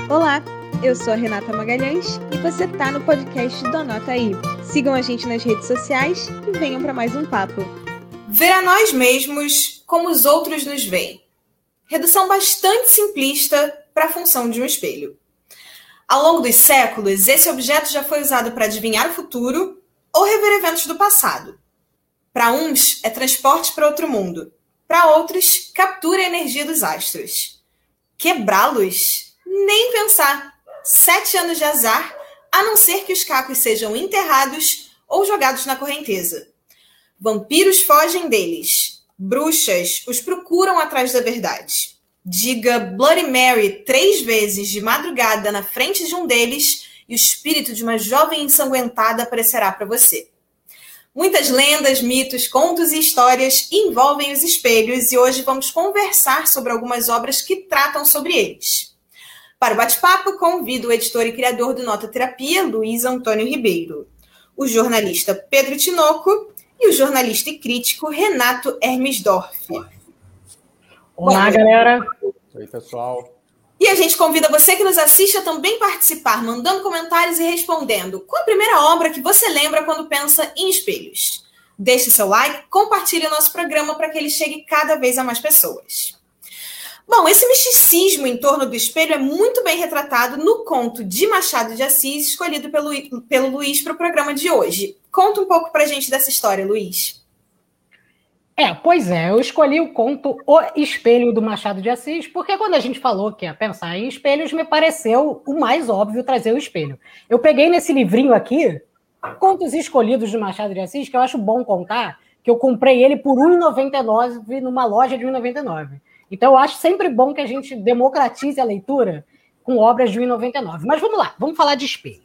Olá, eu sou a Renata Magalhães e você tá no podcast do Anota Aí. Sigam a gente nas redes sociais e venham para mais um papo. Ver a nós mesmos como os outros nos veem. Redução bastante simplista para a função de um espelho. Ao longo dos séculos, esse objeto já foi usado para adivinhar o futuro ou rever eventos do passado. Para uns, é transporte para outro mundo. Para outros, captura a energia dos astros. Quebrá-los? Nem pensar. 7 anos de azar, a não ser que os cacos sejam enterrados ou jogados na correnteza. Vampiros fogem deles. Bruxas os procuram atrás da verdade. Diga Bloody Mary 3 vezes de madrugada na frente de um deles e o espírito de uma jovem ensanguentada aparecerá para você. Muitas lendas, mitos, contos e histórias envolvem os espelhos e hoje vamos conversar sobre algumas obras que tratam sobre eles. Para o bate-papo, convido o editor e criador do Nota Terapia, Luiz Antônio Ribeiro, o jornalista Pedro Tinoco e o jornalista e crítico Renato Hermesdorf. Olá, galera! Oi, pessoal! E a gente convida você que nos assiste a também participar, mandando comentários e respondendo. Qual a primeira obra que você lembra quando pensa em espelhos? Deixe seu like, compartilhe o nosso programa para que ele chegue cada vez a mais pessoas. Bom, esse misticismo em torno do espelho é muito bem retratado no conto de Machado de Assis, escolhido pelo Luiz para o programa de hoje. Conta um pouco para a gente dessa história, Luiz. Pois é, eu escolhi o conto O Espelho do Machado de Assis, porque quando a gente falou que ia pensar em espelhos, me pareceu o mais óbvio trazer o espelho. Eu peguei nesse livrinho aqui, Contos Escolhidos do Machado de Assis, que eu acho bom contar, que eu comprei ele por R$ 1,99 numa loja de R$ 1,99. Então eu acho sempre bom que a gente democratize a leitura com obras de R$ 1,99. Mas vamos lá, vamos falar de espelho.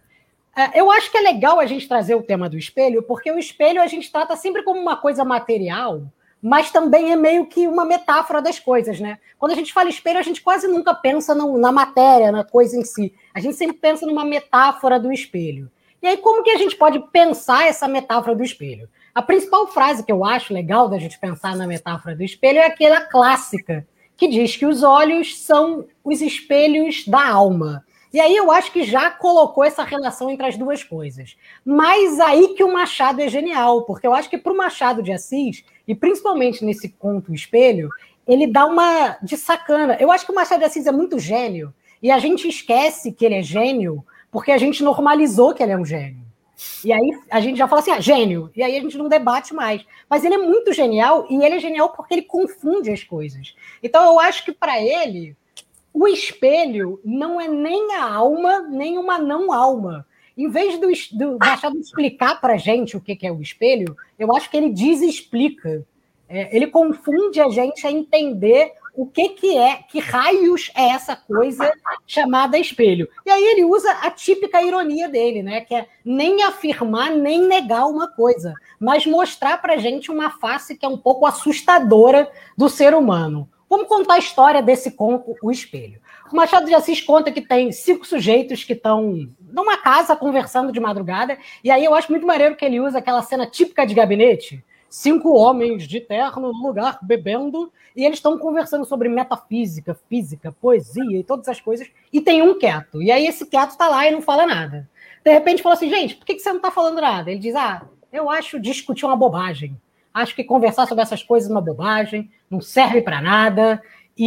Eu acho que é legal a gente trazer o tema do espelho, porque o espelho a gente trata sempre como uma coisa material, mas também é meio que uma metáfora das coisas, né? Quando a gente fala espelho, a gente quase nunca pensa na matéria, na coisa em si. A gente sempre pensa numa metáfora do espelho. E aí, como que a gente pode pensar essa metáfora do espelho? A principal frase que eu acho legal da gente pensar na metáfora do espelho é aquela clássica, que diz que os olhos são os espelhos da alma. E aí eu acho que já colocou essa relação entre as duas coisas. Mas aí que o Machado é genial, porque eu acho que para o Machado de Assis, e principalmente nesse conto Espelho, ele dá uma de sacana. Eu acho que o Machado de Assis é muito gênio, e a gente esquece que ele é gênio, porque a gente normalizou que ele é um gênio. E aí a gente já fala assim, gênio, e aí a gente não debate mais. Mas ele é muito genial, e ele é genial porque ele confunde as coisas. Então eu acho que para ele, o espelho não é nem a alma, nem uma não-alma. Em vez do Machado explicar para a gente o que é o espelho, eu acho que ele desexplica. Ele confunde a gente a entender o que é, que raios é essa coisa chamada espelho. E aí ele usa a típica ironia dele, né? Que é nem afirmar, nem negar uma coisa, mas mostrar para a gente uma face que é um pouco assustadora do ser humano. Vamos contar a história desse conto, O Espelho. O Machado de Assis conta que tem 5 sujeitos que estão numa casa conversando de madrugada, e aí eu acho muito maneiro que ele usa aquela cena típica de gabinete, 5 homens de terno no lugar bebendo, e eles estão conversando sobre metafísica, física, poesia e todas as coisas, e tem um quieto. E aí esse quieto está lá e não fala nada. De repente fala assim, gente, por que você não está falando nada? Ele diz, eu acho discutir uma bobagem. Acho que conversar sobre essas coisas é uma bobagem, não serve para nada,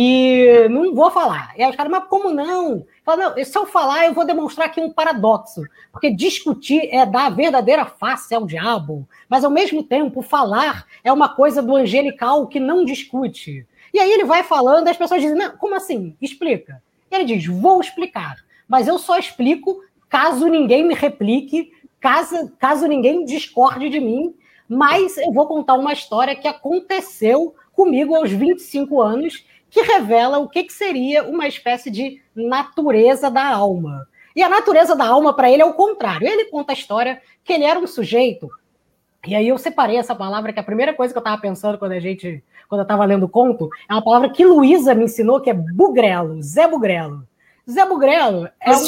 e não vou falar. E aí os caras, mas como não? Fala, não, se eu falar, eu vou demonstrar aqui um paradoxo, porque discutir é dar a verdadeira face ao diabo, mas ao mesmo tempo falar é uma coisa do angelical que não discute. E aí ele vai falando, e as pessoas dizem, não, como assim? Explica. E ele diz, vou explicar, mas eu só explico caso ninguém me replique, caso ninguém discorde de mim, mas eu vou contar uma história que aconteceu comigo aos 25 anos, que revela o que seria uma espécie de natureza da alma. E a natureza da alma, para ele, é o contrário. Ele conta a história que ele era um sujeito, e aí eu separei essa palavra, que a primeira coisa que eu estava pensando quando eu estava lendo o conto, é uma palavra que Luísa me ensinou, que é bugrelo, Zé Bugrelo. Zé Bugrelo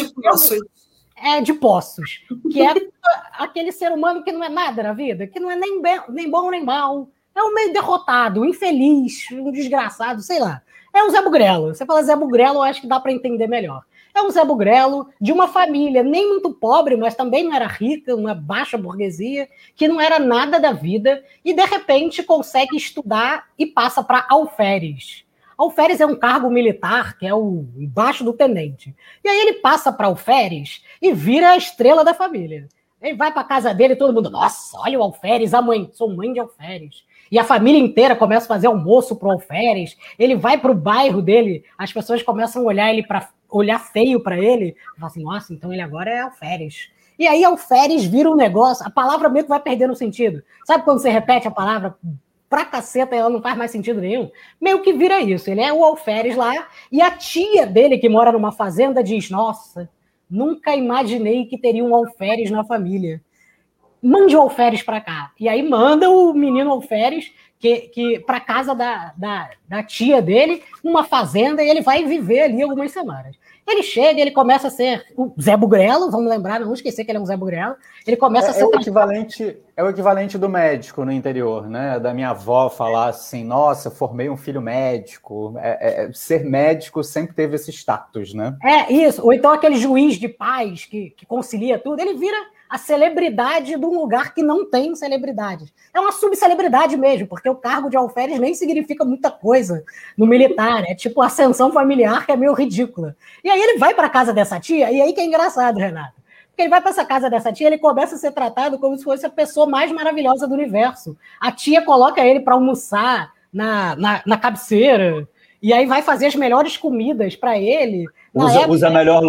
de Poços, que é aquele ser humano que não é nada na vida, que não é nem bom nem mal, é um meio derrotado, um infeliz, um desgraçado, sei lá. É um Zé Bugrelo. Você fala Zé Bugrelo, eu acho que dá para entender melhor. É um Zé Bugrelo de uma família nem muito pobre, mas também não era rica, uma baixa burguesia, que não era nada da vida, e de repente consegue estudar e passa para alferes. Alferes é um cargo militar, que é o embaixo do tenente. E aí ele passa para alferes e vira a estrela da família. Ele vai para a casa dele e todo mundo, nossa, olha o alferes, a mãe, sou mãe de alferes. E a família inteira começa a fazer almoço pro alferes. Ele vai pro bairro dele, as pessoas começam a olhar feio para ele. Fala assim, nossa, então ele agora é alferes. E aí alferes vira um negócio, a palavra meio que vai perdendo sentido. Sabe quando você repete a palavra pra caceta e ela não faz mais sentido nenhum? Meio que vira isso. Ele é o alferes lá e a tia dele, que mora numa fazenda, diz, nossa, nunca imaginei que teria um alferes na família. Mande o alferes para cá. E aí manda o menino alferes para casa da tia dele, numa fazenda, e ele vai viver ali algumas semanas. Ele chega, ele começa a ser o Zé Bugrelo, vamos lembrar, não esquecer que ele é um Zé Bugrelo. Ele começa a ser o equivalente do médico no interior, né? Da minha avó falar assim, nossa, formei um filho médico. Ser médico sempre teve esse status, né? É, isso. Ou então aquele juiz de paz que concilia tudo, ele vira a celebridade de um lugar que não tem celebridades. É uma subcelebridade mesmo, porque o cargo de alferes nem significa muita coisa no militar. É tipo ascensão familiar, que é meio ridícula. E aí ele vai para a casa dessa tia, e aí que é engraçado, Renato. Porque ele vai para essa casa dessa tia, ele começa a ser tratado como se fosse a pessoa mais maravilhosa do universo. A tia coloca ele para almoçar na cabeceira, e aí vai fazer as melhores comidas para ele. Usa a melhor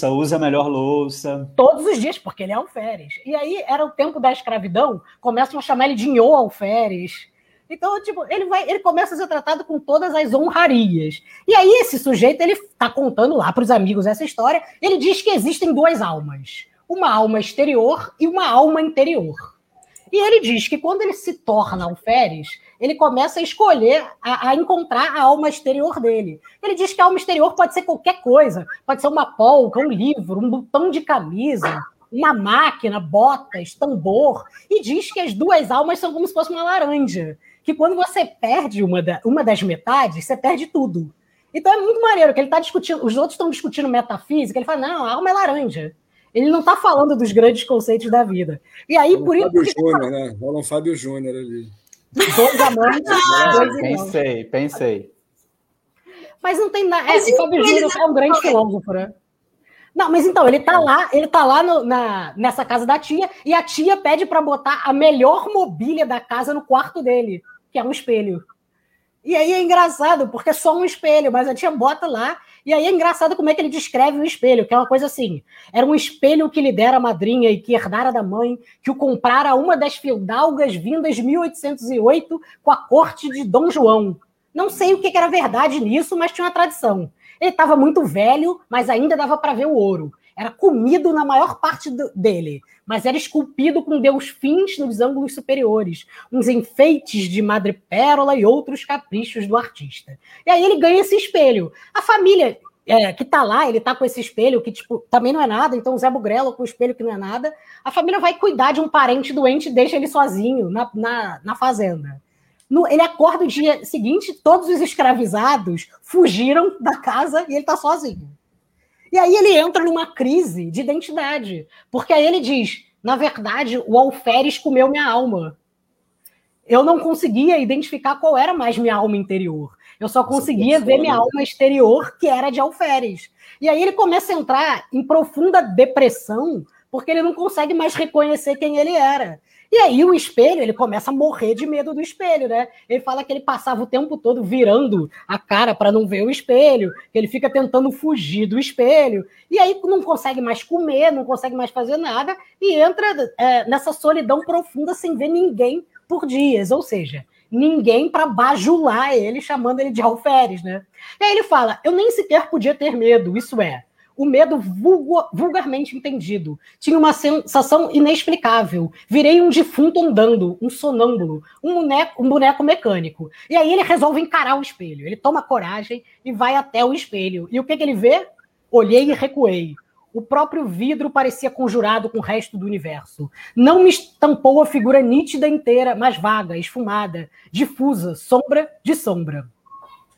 louça. Todos os dias, porque ele é alferes. E aí era o tempo da escravidão, começam a chamar ele de Nhô Alferes. Então, tipo, ele começa a ser tratado com todas as honrarias. E aí esse sujeito, ele tá contando lá para os amigos essa história, ele diz que existem duas almas. Uma alma exterior e uma alma interior. E ele diz que quando ele se torna alferes, ele começa a escolher, a encontrar a alma exterior dele. Ele diz que a alma exterior pode ser qualquer coisa. Pode ser uma polca, um livro, um botão de camisa, uma máquina, botas, tambor. E diz que as duas almas são como se fosse uma laranja. Que quando você perde uma das metades, você perde tudo. Então é muito maneiro que ele está discutindo, os outros estão discutindo metafísica, ele fala, não, a alma é laranja. Ele não está falando dos grandes conceitos da vida. E aí, rola por isso... Fábio Júnior, né? Rola um Fábio Júnior ali. Dois amantes, dois irmãos. Pensei. Mas não tem nada... o Fábio Júnior é um grande filósofo, né? Não, mas então, ele tá lá nessa casa da tia, e a tia pede para botar a melhor mobília da casa no quarto dele, que é um espelho. E aí é engraçado, porque é só um espelho, mas a tia bota lá, e aí é engraçado como é que ele descreve o espelho, que é uma coisa assim, era um espelho que lhe dera a madrinha e que herdara da mãe, que o comprara uma das fidalgas vindas de 1808 com a corte de Dom João. Não sei o que era verdade nisso, mas tinha uma tradição. Ele estava muito velho, mas ainda dava para ver o ouro. Era comido na maior parte dele, mas era esculpido com deus fins nos ângulos superiores, uns enfeites de madrepérola e outros caprichos do artista. E aí ele ganha esse espelho. A família que está lá, ele está com esse espelho que tipo, também não é nada, então o Zé Bugrelo com o espelho que não é nada, a família vai cuidar de um parente doente e deixa ele sozinho na fazenda. Ele acorda o dia seguinte, todos os escravizados fugiram da casa e ele está sozinho. E aí ele entra numa crise de identidade, porque aí ele diz, na verdade, o alferes comeu minha alma. Eu não conseguia identificar qual era mais minha alma interior. Eu só conseguia ver minha alma exterior, que era de alferes. E aí ele começa a entrar em profunda depressão, porque ele não consegue mais reconhecer quem ele era. E aí o espelho, ele começa a morrer de medo do espelho, né? Ele fala que ele passava o tempo todo virando a cara para não ver o espelho, que ele fica tentando fugir do espelho, e aí não consegue mais comer, não consegue mais fazer nada, e entra nessa solidão profunda sem ver ninguém por dias, ou seja, ninguém para bajular ele, chamando ele de alferes, né? E aí ele fala, eu nem sequer podia ter medo, isso é, o medo vulgarmente entendido. Tinha uma sensação inexplicável. Virei um defunto andando, um sonâmbulo, um boneco mecânico. E aí ele resolve encarar o espelho. Ele toma coragem e vai até o espelho. E o que ele vê? Olhei e recuei. O próprio vidro parecia conjurado com o resto do universo. Não me estampou a figura nítida inteira, mas vaga, esfumada, difusa, sombra de sombra.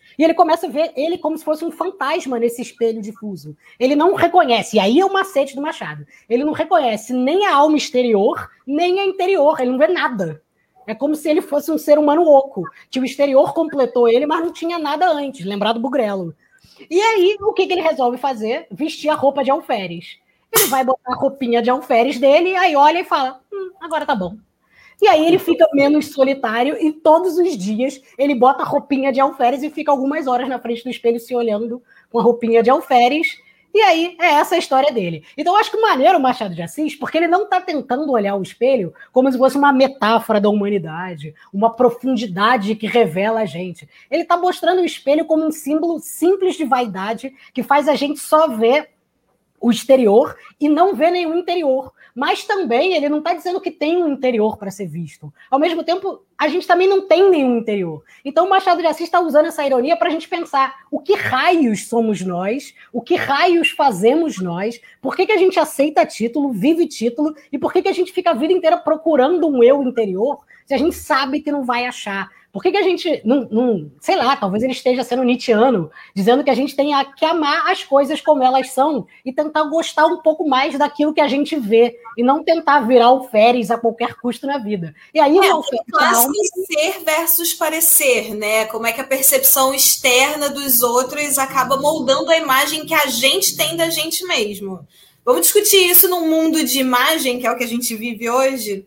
E ele começa a ver ele como se fosse um fantasma nesse espelho difuso. Ele não reconhece, e aí é o macete do Machado, ele não reconhece nem a alma exterior, nem a interior, ele não vê nada. É como se ele fosse um ser humano oco, que o exterior completou ele, mas não tinha nada antes, lembrar do Bugrelo. E aí, o que ele resolve fazer? Vestir a roupa de alferes. Ele vai botar a roupinha de alferes dele, aí olha e fala, agora tá bom. E aí ele fica menos solitário e todos os dias ele bota a roupinha de alferes e fica algumas horas na frente do espelho se olhando com a roupinha de alferes. E aí é essa a história dele. Então eu acho que maneiro o Machado de Assis, porque ele não está tentando olhar o espelho como se fosse uma metáfora da humanidade, uma profundidade que revela a gente. Ele está mostrando o espelho como um símbolo simples de vaidade que faz a gente só ver o exterior e não ver nenhum interior. Mas também ele não está dizendo que tem um interior para ser visto. Ao mesmo tempo, a gente também não tem nenhum interior. Então o Machado de Assis está usando essa ironia para a gente pensar o que raios somos nós, o que raios fazemos nós, por que a gente aceita título, vive título, e por que a gente fica a vida inteira procurando um eu interior se a gente sabe que não vai achar. Por que a gente não, sei lá, talvez ele esteja sendo nietzschiano, dizendo que a gente tem que amar as coisas como elas são e tentar gostar um pouco mais daquilo que a gente vê e não tentar virar alferes a qualquer custo na vida. E aí o clássico ser versus parecer, né? Como é que a percepção externa dos outros acaba moldando a imagem que a gente tem da gente mesmo. Vamos discutir isso num mundo de imagem, que é o que a gente vive hoje?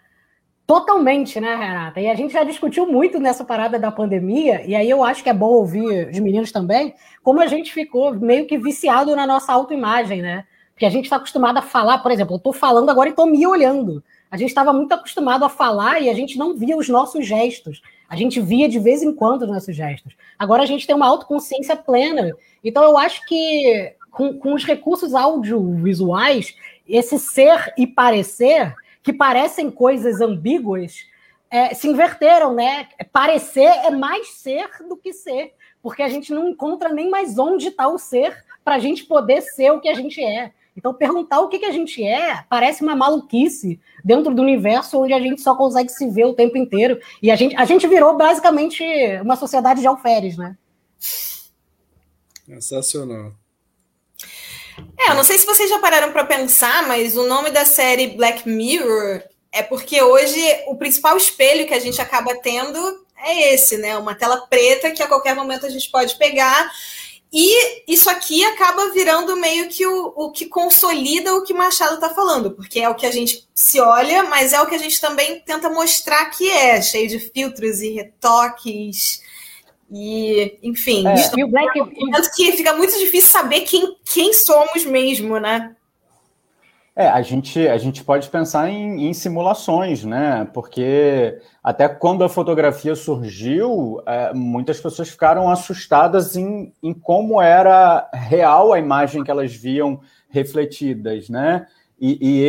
Totalmente, né, Renata? E a gente já discutiu muito nessa parada da pandemia, e aí eu acho que é bom ouvir os meninos também, como a gente ficou meio que viciado na nossa autoimagem, né? Porque a gente está acostumado a falar, por exemplo, eu estou falando agora e estou me olhando. A gente estava muito acostumado a falar e a gente não via os nossos gestos. A gente via de vez em quando os nossos gestos. Agora a gente tem uma autoconsciência plena. Então eu acho que com os recursos audiovisuais, esse ser e parecer, que parecem coisas ambíguas, se inverteram, né? Parecer é mais ser do que ser, porque a gente não encontra nem mais onde está o ser para a gente poder ser o que a gente é. Então, perguntar o que a gente é parece uma maluquice dentro do universo onde a gente só consegue se ver o tempo inteiro. E a gente virou basicamente uma sociedade de alferes, né? Sensacional. Eu não sei se vocês já pararam para pensar, mas o nome da série Black Mirror é porque hoje o principal espelho que a gente acaba tendo é esse, né? Uma tela preta que a qualquer momento a gente pode pegar. E isso aqui acaba virando meio que o que consolida o que Machado está falando, porque é o que a gente se olha, mas é o que a gente também tenta mostrar que é, cheio de filtros e retoques. E, enfim, e o Black... que fica muito difícil saber quem somos mesmo, né? A gente pode pensar em simulações, né? Porque até quando a fotografia surgiu, muitas pessoas ficaram assustadas em como era real a imagem que elas viam refletidas, né? E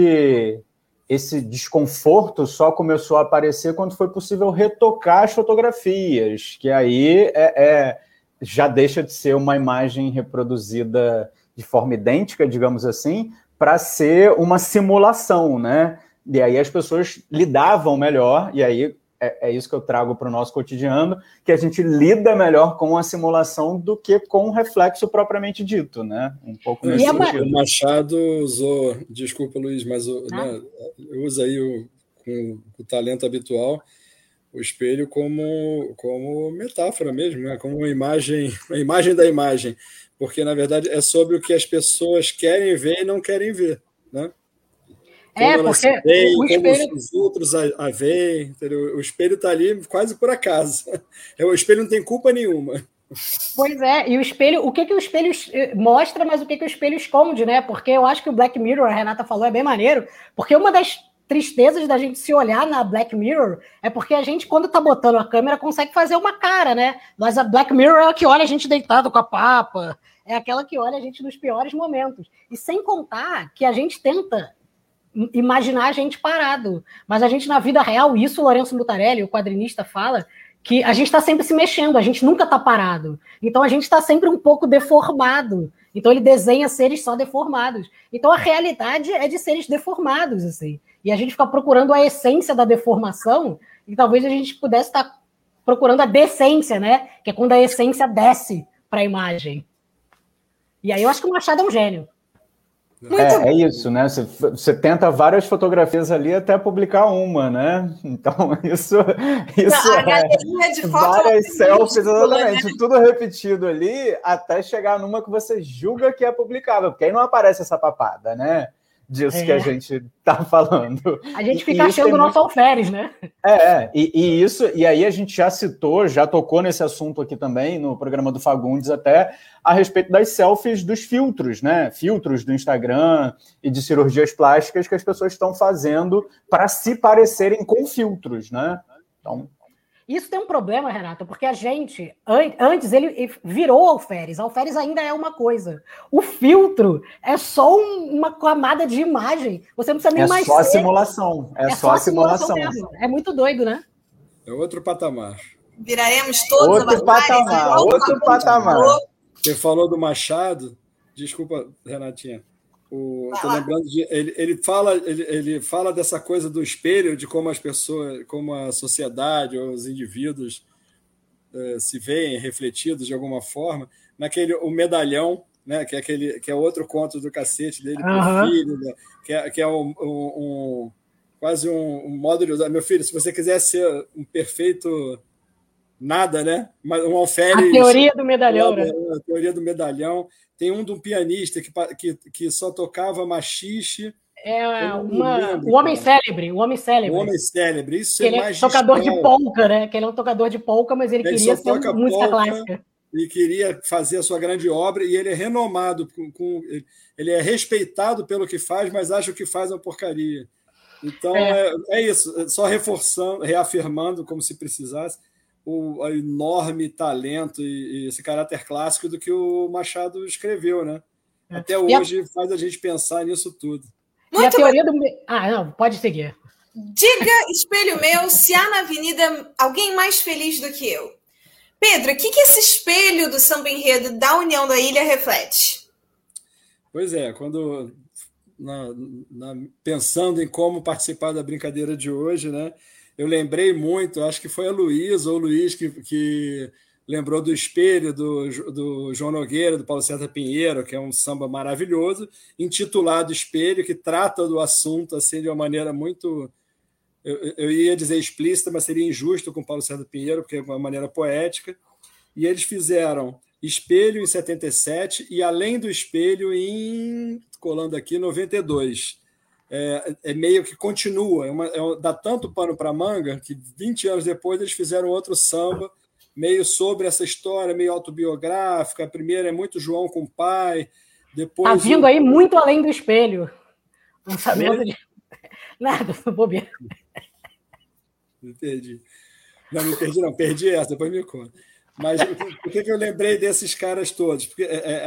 esse desconforto só começou a aparecer quando foi possível retocar as fotografias, que aí já deixa de ser uma imagem reproduzida de forma idêntica, digamos assim, para ser uma simulação, né? E aí as pessoas lidavam melhor, e aí é isso que eu trago para o nosso cotidiano, que a gente lida melhor com a simulação do que com o reflexo propriamente dito, né? Um pouco nesse sentido. O Machado usou, desculpa, Luiz, mas né, usa aí com o talento habitual o espelho como metáfora mesmo, né? Como uma imagem da imagem, porque na verdade é sobre o que as pessoas querem ver e não querem ver, né? Porque veem, o espelho... como os outros a veem, entendeu? O espelho está ali quase por acaso. O espelho não tem culpa nenhuma. Pois é, e o espelho, o que o espelho mostra, mas o que o espelho esconde, né? Porque eu acho que o Black Mirror, a Renata falou, é bem maneiro, porque uma das tristezas da gente se olhar na Black Mirror é porque a gente, quando tá botando a câmera, consegue fazer uma cara, né? Mas a Black Mirror é a que olha a gente deitado com a papa, é aquela que olha a gente nos piores momentos. E sem contar que a gente tenta imaginar a gente parado, mas a gente na vida real, isso o Lourenço Mutarelli, o quadrinista, fala, que a gente está sempre se mexendo, a gente nunca está parado. Então a gente está sempre um pouco deformado. Então ele desenha seres só deformados. Então a realidade é de seres deformados, assim. E a gente fica procurando a essência da deformação, e talvez a gente pudesse estar procurando a decência, né? Que é quando a essência desce para a imagem. E aí eu acho que o Machado é um gênio. É isso, né? Você tenta várias fotografias ali até publicar uma, né? Então, isso a galeria de fotos várias selfies, exatamente, né? Tudo repetido ali, até chegar numa que você julga que é publicável, porque aí não aparece essa papada, né? Disso que a gente tá falando. A gente fica achando o nosso alferes, né? E aí a gente já tocou nesse assunto aqui também, no programa do Fagundes até, a respeito das selfies dos filtros, né? Filtros do Instagram e de cirurgias plásticas que as pessoas estão fazendo para se parecerem com filtros, né? Então... Isso tem um problema, Renata, porque a gente, antes ele virou alferes. Alferes ainda é uma coisa. O filtro é só uma camada de imagem. Você não precisa nem mais ser. É só a simulação. É só a simulação mesmo. É muito doido, né? É outro patamar. Viraremos todos outro patamar. Você falou do Machado. Desculpa, Renatinha. Estou lembrando de ele fala dessa coisa do espelho, de como as pessoas, como a sociedade ou os indivíduos se veem refletidos de alguma forma o medalhão, né, que é outro conto do cacete dele pro filho, né, que é quase um modo de usar. Meu filho, se você quiser ser um perfeito nada, né, mas um alferes, a teoria do medalhão, né? A teoria do medalhão. Tem um de um pianista que só tocava machixe. O Homem Célebre. O Homem Célebre. Isso ele é tocador de polca, né? Que ele é um tocador de polca, mas ele queria ser música clássica. E queria fazer a sua grande obra, e ele é renomado, ele é respeitado pelo que faz, mas acha que o que faz é uma porcaria. Então, é isso. Só reforçando, reafirmando, como se precisasse, o enorme talento e esse caráter clássico do que o Machado escreveu, né? Até hoje faz a gente pensar nisso tudo. E a teoria do... não, pode seguir. Diga, espelho meu, se há na avenida alguém mais feliz do que eu. Pedro, o que esse espelho do samba enredo da União da Ilha reflete? Pois é, quando... pensando em como participar da brincadeira de hoje, né? Eu lembrei muito, acho que foi a Luiz ou o Luiz que lembrou do espelho do João Nogueira, do Paulo César Pinheiro, que é um samba maravilhoso, intitulado Espelho, que trata do assunto assim, de uma maneira muito... Eu ia dizer explícita, mas seria injusto com o Paulo César Pinheiro, porque é uma maneira poética. E eles fizeram Espelho em 77 e Além do Espelho colando aqui, 92. Meio que continua, dá tanto pano para manga que 20 anos depois eles fizeram outro samba, meio sobre essa história, meio autobiográfica. A primeira é muito João com o pai. Depois tá vindo aí muito Além do Espelho. Lançamento de... Nada, bobeira. Me perdi. Não, me perdi não, perdi essa, depois me conta. Mas por que eu lembrei desses caras todos? Porque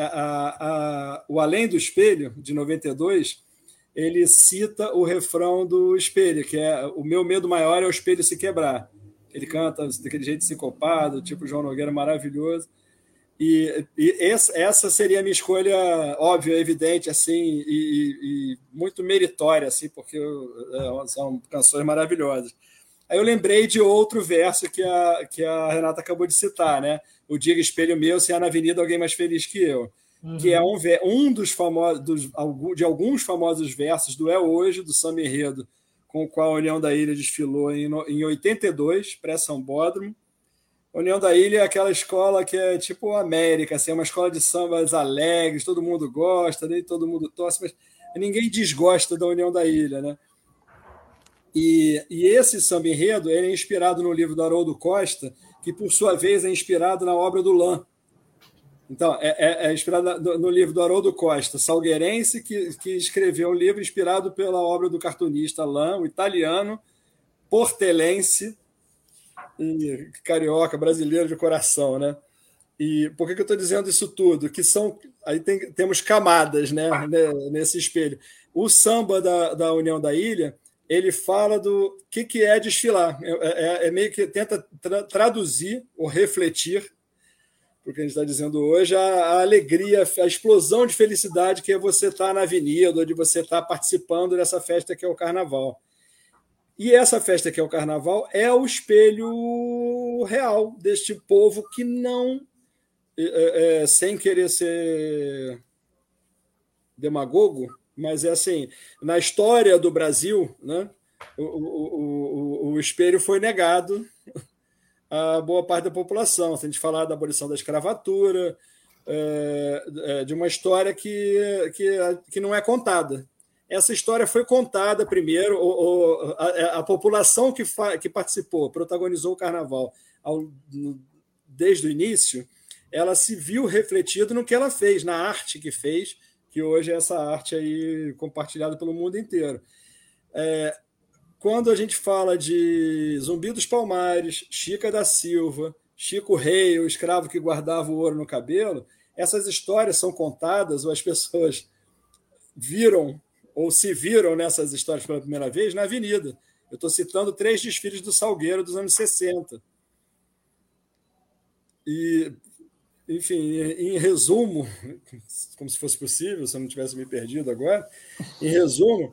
o Além do Espelho, de 92... ele cita o refrão do Espelho, que é o meu medo maior é o espelho se quebrar. Ele canta daquele jeito sincopado, tipo João Nogueira, maravilhoso. E essa seria a minha escolha óbvia, evidente, assim, e muito meritória, assim, porque são canções maravilhosas. Aí eu lembrei de outro verso que a Renata acabou de citar, né? O Diga Espelho Meu, se há na avenida alguém mais feliz que eu. Que é um dos famosos, de alguns famosos versos do É Hoje, do samba enredo, com o qual a União da Ilha desfilou em 82, pré-Sambódromo. A União da Ilha é aquela escola que é tipo a América, assim, é uma escola de sambas alegres, todo mundo gosta, nem todo mundo torce, mas ninguém desgosta da União da Ilha, né? E esse samba enredo ele é inspirado no livro do Haroldo Costa, que, por sua vez, é inspirado na obra do Lan. Então, é inspirado no livro do Haroldo Costa, salgueirense, que escreveu um livro inspirado pela obra do cartunista Lan, o italiano, portelense e carioca, brasileiro de coração, né? E por que eu estou dizendo isso tudo? Que aí temos camadas, né, nesse espelho. O samba da União da Ilha, ele fala do que é desfilar. Meio que tenta traduzir ou refletir porque a gente está dizendo hoje, a alegria, a explosão de felicidade que é você estar na avenida, ou de você estar participando dessa festa que é o Carnaval. E essa festa que é o Carnaval é o espelho real deste povo que não, sem querer ser demagogo, mas é assim, na história do Brasil, né, o espelho foi negado a boa parte da população. Se a gente falar da abolição da escravatura, de uma história que não é contada. Essa história foi contada primeiro, a população que participou, protagonizou o Carnaval desde o início, ela se viu refletida no que ela fez, na arte que fez, que hoje é essa arte aí compartilhada pelo mundo inteiro. Quando a gente fala de Zumbi dos Palmares, Chica da Silva, Chico Rei, o escravo que guardava o ouro no cabelo, essas histórias são contadas, ou as pessoas viram ou se viram nessas histórias pela primeira vez na Avenida. Eu estou citando 3 desfiles do Salgueiro dos anos 60. E, enfim, em resumo, como se fosse possível, se eu não tivesse me perdido agora, em resumo,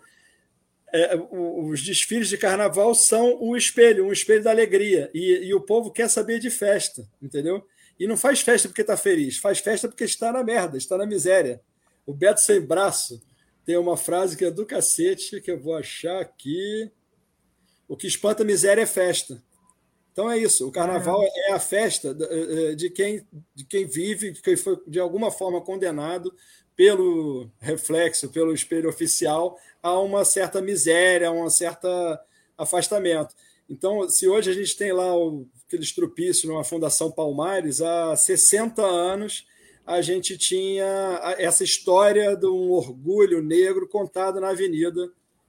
os desfiles de carnaval são um espelho da alegria. E o povo quer saber de festa, entendeu? E não faz festa porque está feliz, faz festa porque está na merda, está na miséria. O Beto Sem Braço tem uma frase que é do cacete, que eu vou achar aqui. O que espanta a miséria é festa. Então é isso, o Carnaval é a festa de quem vive, que foi de alguma forma condenado pelo reflexo, pelo espelho oficial, a uma certa miséria, a um certo afastamento. Então, se hoje a gente tem lá aquele estrupício numa Fundação Palmares, há 60 anos a gente tinha essa história de um orgulho negro contado na Avenida.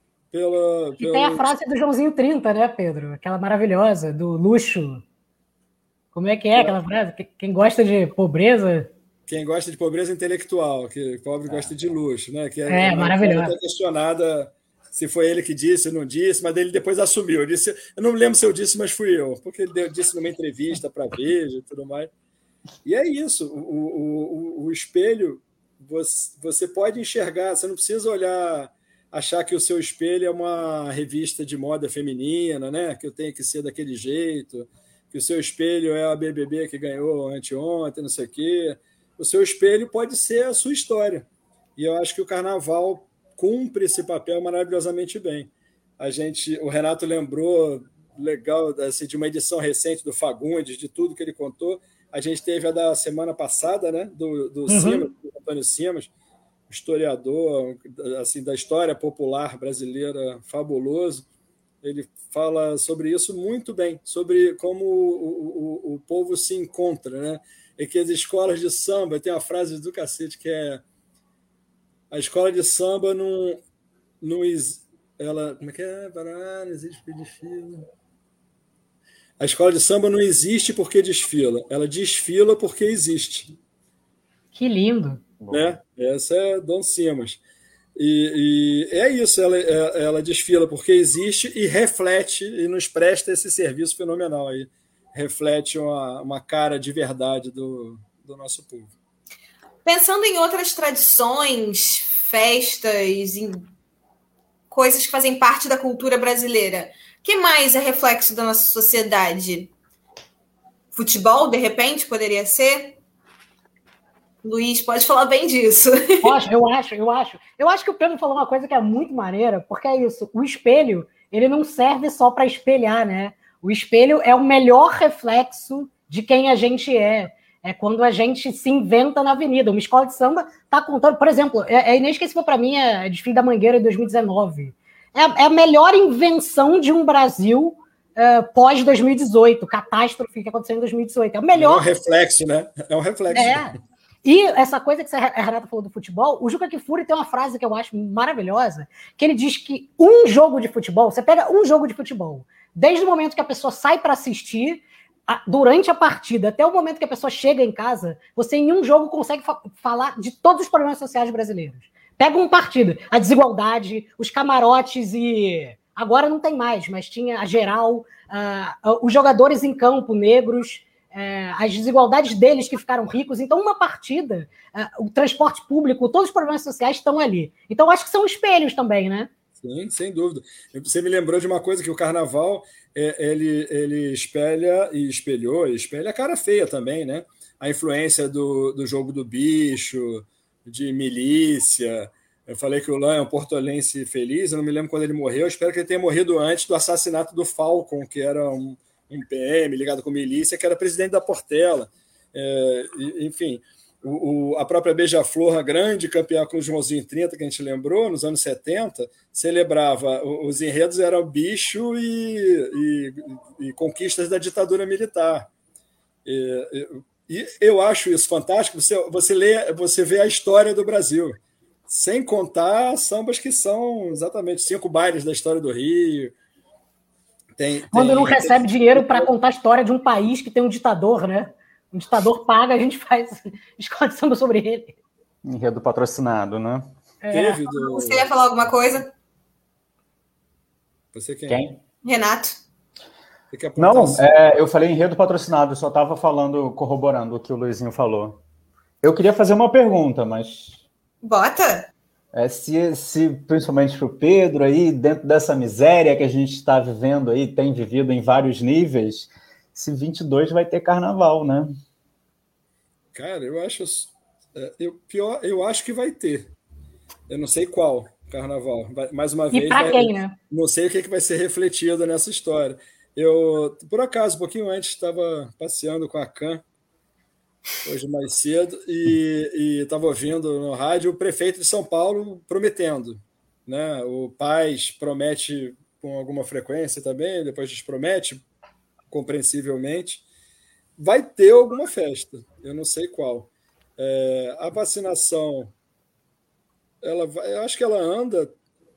E tem a frase do Joãozinho 30, né, Pedro? Aquela maravilhosa, do luxo. Como é que é aquela frase? Quem gosta de pobreza... Quem gosta de pobreza intelectual, que pobre gosta de luxo, né? Que maravilhosa. Até questionada se foi ele que disse ou não disse, mas ele depois assumiu. Eu não lembro se eu disse, mas fui eu, porque ele disse numa entrevista para a Veja e tudo mais. E é isso, o espelho, você pode enxergar, você não precisa achar que o seu espelho é uma revista de moda feminina, né? Que eu tenho que ser daquele jeito, que o seu espelho é a BBB que ganhou anteontem, não sei o quê. O seu espelho pode ser a sua história. E eu acho que o Carnaval cumpre esse papel maravilhosamente bem. O Renato lembrou, legal, assim, de uma edição recente do Fagundes, de tudo que ele contou. A gente teve a da semana passada, né? Do Simas, do Antônio Simas, historiador assim, da história popular brasileira fabuloso. Ele fala sobre isso muito bem, sobre como o povo se encontra, né? E que as escolas de samba, tem uma frase do cacete que é: a escola de samba não ela, como é que é? Não existe porque desfila. A escola de samba não existe porque desfila, ela desfila porque existe. Que lindo! Né? Essa é Dom Simas. E é isso, ela desfila porque existe e reflete, e nos presta esse serviço fenomenal aí. Reflete uma cara de verdade do nosso povo. Pensando em outras tradições, festas, em coisas que fazem parte da cultura brasileira, o que mais é reflexo da nossa sociedade? Futebol, de repente, poderia ser? Luiz, pode falar bem disso. Eu acho que o Pedro falou uma coisa que é muito maneira, porque é isso, o espelho, ele não serve só para espelhar, né? O espelho é o melhor reflexo de quem a gente é. É quando a gente se inventa na avenida. Uma escola de samba está contando... Por exemplo, é inesquecível para mim a Desfile da Mangueira de 2019. É a melhor invenção de um Brasil pós-2018. Catástrofe que aconteceu em 2018. É o melhor... É um reflexo, né? É um reflexo. E essa coisa que a Renata falou do futebol, o Juca Kfouri tem uma frase que eu acho maravilhosa, que ele diz que um jogo de futebol, você pega um jogo de futebol, desde o momento que a pessoa sai para assistir, durante a partida, até o momento que a pessoa chega em casa, você em um jogo consegue falar de todos os problemas sociais brasileiros. Pega um partido, a desigualdade, os camarotes e... Agora não tem mais, mas tinha a geral, os jogadores em campo negros, as desigualdades deles que ficaram ricos. Então, uma partida, o transporte público, todos os problemas sociais estão ali. Então, acho que são espelhos também, né? Sim, sem dúvida. Você me lembrou de uma coisa, que o carnaval ele espelha e espelha a cara feia também, né? A influência do jogo do bicho, de milícia. Eu falei que o Lan é um portolense feliz, eu não me lembro quando ele morreu, eu espero que ele tenha morrido antes do assassinato do Falcon, que era um PM ligado com milícia, que era presidente da Portela. Enfim, a própria Beija-Flor, a grande campeã com o Joãozinho 30, que a gente lembrou, nos anos 70, celebrava, os enredos eram bicho e conquistas da ditadura militar. E eu acho isso fantástico, você vê a história do Brasil, sem contar sambas que são exatamente 5 bailes da história do Rio. Quando não recebe dinheiro para contar a história de um país que tem um ditador, né? Um ditador paga, a gente faz escola de samba sobre ele. Enredo patrocinado, né? Você ia falar alguma coisa? Você quem? Renato. Não, eu falei enredo patrocinado, só estava corroborando o que o Luizinho falou. Eu queria fazer uma pergunta, mas... Bota! Se principalmente para o Pedro, aí, dentro dessa miséria que a gente está vivendo aí, tem vivido em vários níveis, se 22 vai ter carnaval, né? Cara, eu acho que vai ter. Eu não sei qual carnaval. Mais uma vez. E para quem, né? Não sei o que vai ser refletido nessa história. Por acaso, um pouquinho antes, estava passeando com a Can, hoje mais cedo, e estava ouvindo no rádio o prefeito de São Paulo prometendo, né? O Paz promete com alguma frequência também, depois despromete, compreensivelmente. Vai ter alguma festa, eu não sei qual. A vacinação, eu acho que ela anda,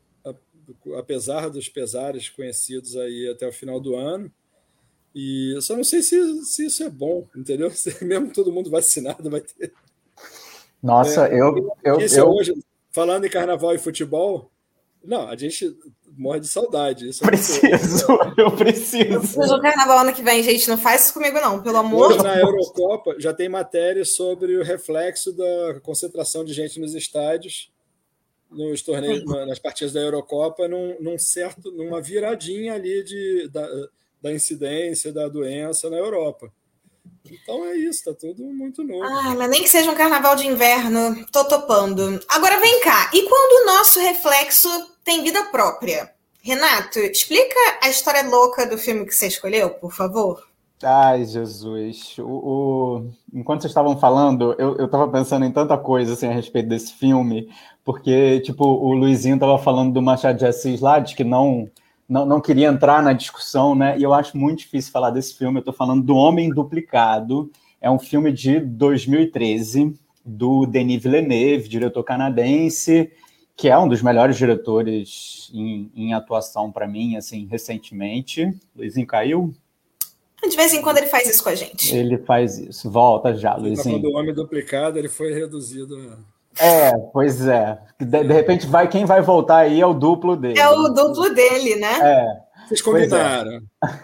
apesar dos pesares conhecidos aí até o final do ano, e eu só não sei se isso é bom, entendeu? Se mesmo todo mundo vacinado vai ter. Nossa, Hoje, falando em carnaval e futebol, não, a gente morre de saudade. Eu preciso. O carnaval ano que vem, gente, não faz isso comigo não, pelo amor de Deus. Na Eurocopa já tem matéria sobre o reflexo da concentração de gente nos estádios, nos torneios, nas partidas da Eurocopa, numa viradinha ali da incidência da doença na Europa. Então é isso, tá tudo muito novo. Mas nem que seja um carnaval de inverno, tô topando. Agora vem cá, e quando o nosso reflexo tem vida própria? Renato, explica a história louca do filme que você escolheu, por favor. Ai, Jesus. Enquanto vocês estavam falando, eu estava pensando em tanta coisa assim, a respeito desse filme, porque tipo, o Luizinho estava falando do Machado de Assis lá, de que não queria entrar na discussão, né? E eu acho muito difícil falar desse filme. Eu estou falando do Homem Duplicado. É um filme de 2013, do Denis Villeneuve, diretor canadense, que é um dos melhores diretores em atuação para mim, assim, recentemente. Luizinho caiu? De vez em quando ele faz isso com a gente. Ele faz isso. Volta já, Luizinho. Quando o Homem Duplicado, ele foi reduzido... Pois é. De repente, quem vai voltar aí é o duplo dele. É o duplo dele, né? Vocês combinaram.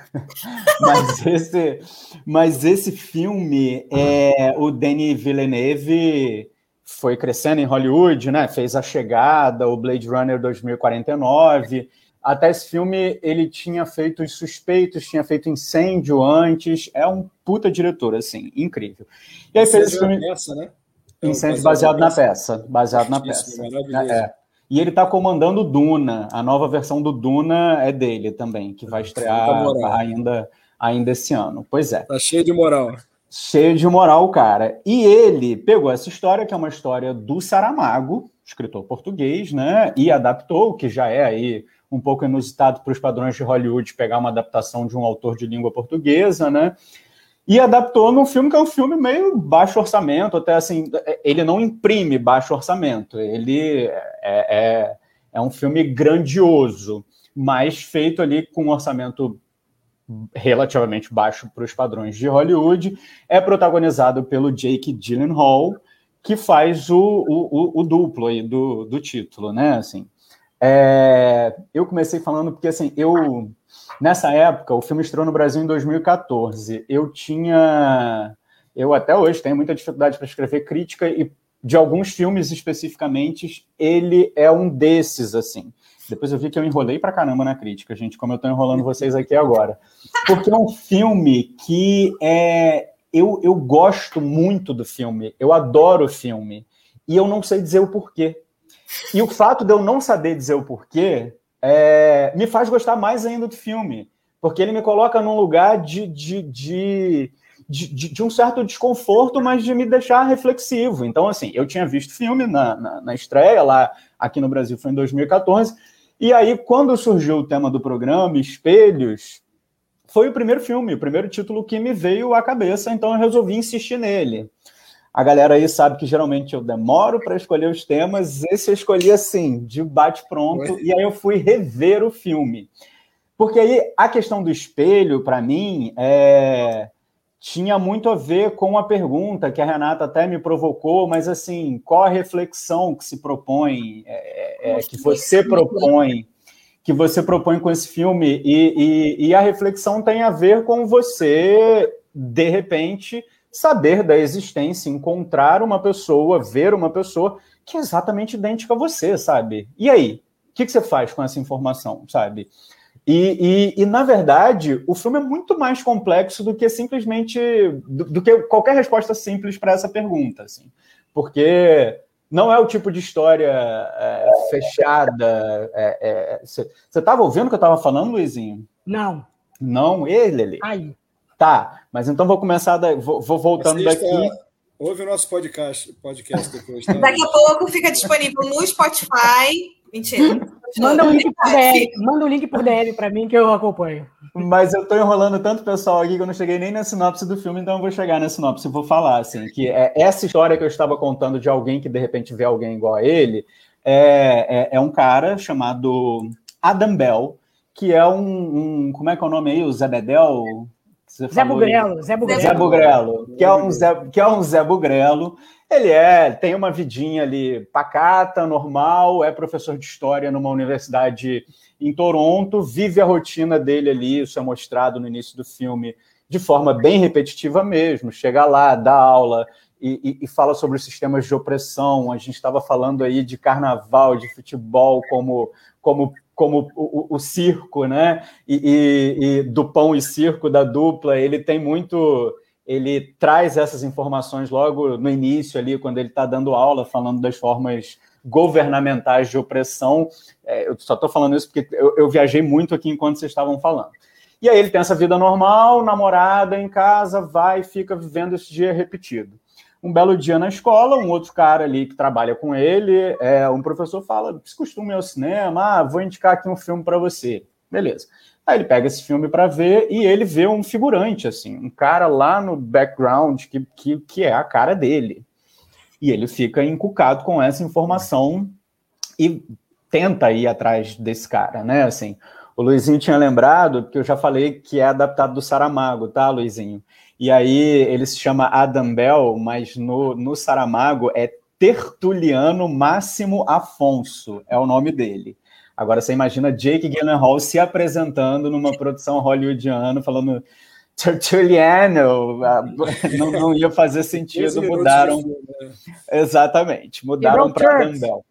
Mas esse filme, o Denis Villeneuve foi crescendo em Hollywood, né? Fez A Chegada, o Blade Runner 2049. Até esse filme, ele tinha feito Os Suspeitos, tinha feito Incêndio antes. É um puta diretor, assim, incrível. E aí fez esse filme... Peça, né? Incêndio baseado na peça. E ele está comandando Duna. A nova versão do Duna é dele também, que vai estrear ainda esse ano. Pois é. Tá cheio de moral. Cheio de moral, cara. E ele pegou essa história, que é uma história do Saramago, escritor português, né? E adaptou, que já é aí um pouco inusitado para os padrões de Hollywood, pegar uma adaptação de um autor de língua portuguesa, né? E adaptou num filme que é um filme meio baixo orçamento, até assim, ele não imprime baixo orçamento, ele é um filme grandioso, mas feito ali com um orçamento relativamente baixo para os padrões de Hollywood. É protagonizado pelo Jake Gyllenhaal, que faz o duplo aí do título, né? Assim, eu comecei falando porque assim, nessa época, o filme estreou no Brasil em 2014. Eu até hoje tenho muita dificuldade para escrever crítica, e de alguns filmes especificamente, ele é um desses, assim. Depois eu vi que eu enrolei pra caramba na crítica, gente, como eu tô enrolando vocês aqui agora. Porque é um filme que eu gosto muito do filme, eu adoro o filme, e eu não sei dizer o porquê. E o fato de eu não saber dizer o porquê me faz gostar mais ainda do filme, porque ele me coloca num lugar de um certo desconforto, mas de me deixar reflexivo. Então, assim, eu tinha visto o filme na estreia, lá aqui no Brasil foi em 2014, e aí, quando surgiu o tema do programa, Espelhos, foi o primeiro filme, o primeiro título que me veio à cabeça, então eu resolvi insistir nele. A galera aí sabe que geralmente eu demoro para escolher os temas, esse eu escolhi assim, de bate-pronto, e aí eu fui rever o filme. Porque aí a questão do espelho, para mim, tinha muito a ver com a pergunta que a Renata até me provocou, mas assim, qual a reflexão que se propõe, que você propõe com esse filme, e a reflexão tem a ver com você, de repente, saber da existência, encontrar uma pessoa, ver uma pessoa que é exatamente idêntica a você, sabe? E aí? O que você faz com essa informação, sabe? E, na verdade, o filme é muito mais complexo do que simplesmente... do que qualquer resposta simples para essa pergunta, assim. Porque não é o tipo de história fechada. Você estava ouvindo o que eu estava falando, Luizinho? Não. Não? Lelê? Aí. Tá, mas então vou começar... vou voltando daqui... Ouve o nosso podcast depois. Tá? Daqui a pouco fica disponível no Spotify. Mentira. Manda um link por DM para mim que eu acompanho. Mas eu tô enrolando tanto pessoal aqui que eu não cheguei nem na sinopse do filme, então eu vou chegar na sinopse e vou falar, assim, que essa história que eu estava contando de alguém que de repente vê alguém igual a ele, é um cara chamado Adam Bell, que é como é que é o nome aí? O Zebedel? Zé Bugrelo. Que é um Zé Bugrelo. Ele tem uma vidinha ali pacata, normal, é professor de história numa universidade em Toronto, vive a rotina dele ali, isso é mostrado no início do filme de forma bem repetitiva mesmo, chega lá, dá aula e fala sobre os sistemas de opressão. A gente estava falando aí de carnaval, de futebol como o circo, né? E do pão e circo da dupla, ele traz essas informações logo no início ali, quando ele está dando aula, falando das formas governamentais de opressão. Eu só estou falando isso porque eu viajei muito aqui enquanto vocês estavam falando. E aí ele tem essa vida normal, namorada em casa, vai e fica vivendo esse dia repetido. Um belo dia na escola, um outro cara ali que trabalha com ele, um professor fala, se costuma ir ao cinema, vou indicar aqui um filme para você. Beleza. Aí ele pega esse filme para ver e ele vê um figurante, assim, um cara lá no background que é a cara dele. E ele fica encucado com essa informação e tenta ir atrás desse cara, né? Assim, o Luizinho tinha lembrado, porque eu já falei que é adaptado do Saramago, tá, Luizinho? E aí ele se chama Adam Bell, mas no Saramago é Tertuliano Máximo Afonso, é o nome dele. Agora você imagina Jake Gyllenhaal se apresentando numa produção hollywoodiana, falando Tertuliano, não ia fazer sentido, mudaram. Exatamente, mudaram para Adam Bell.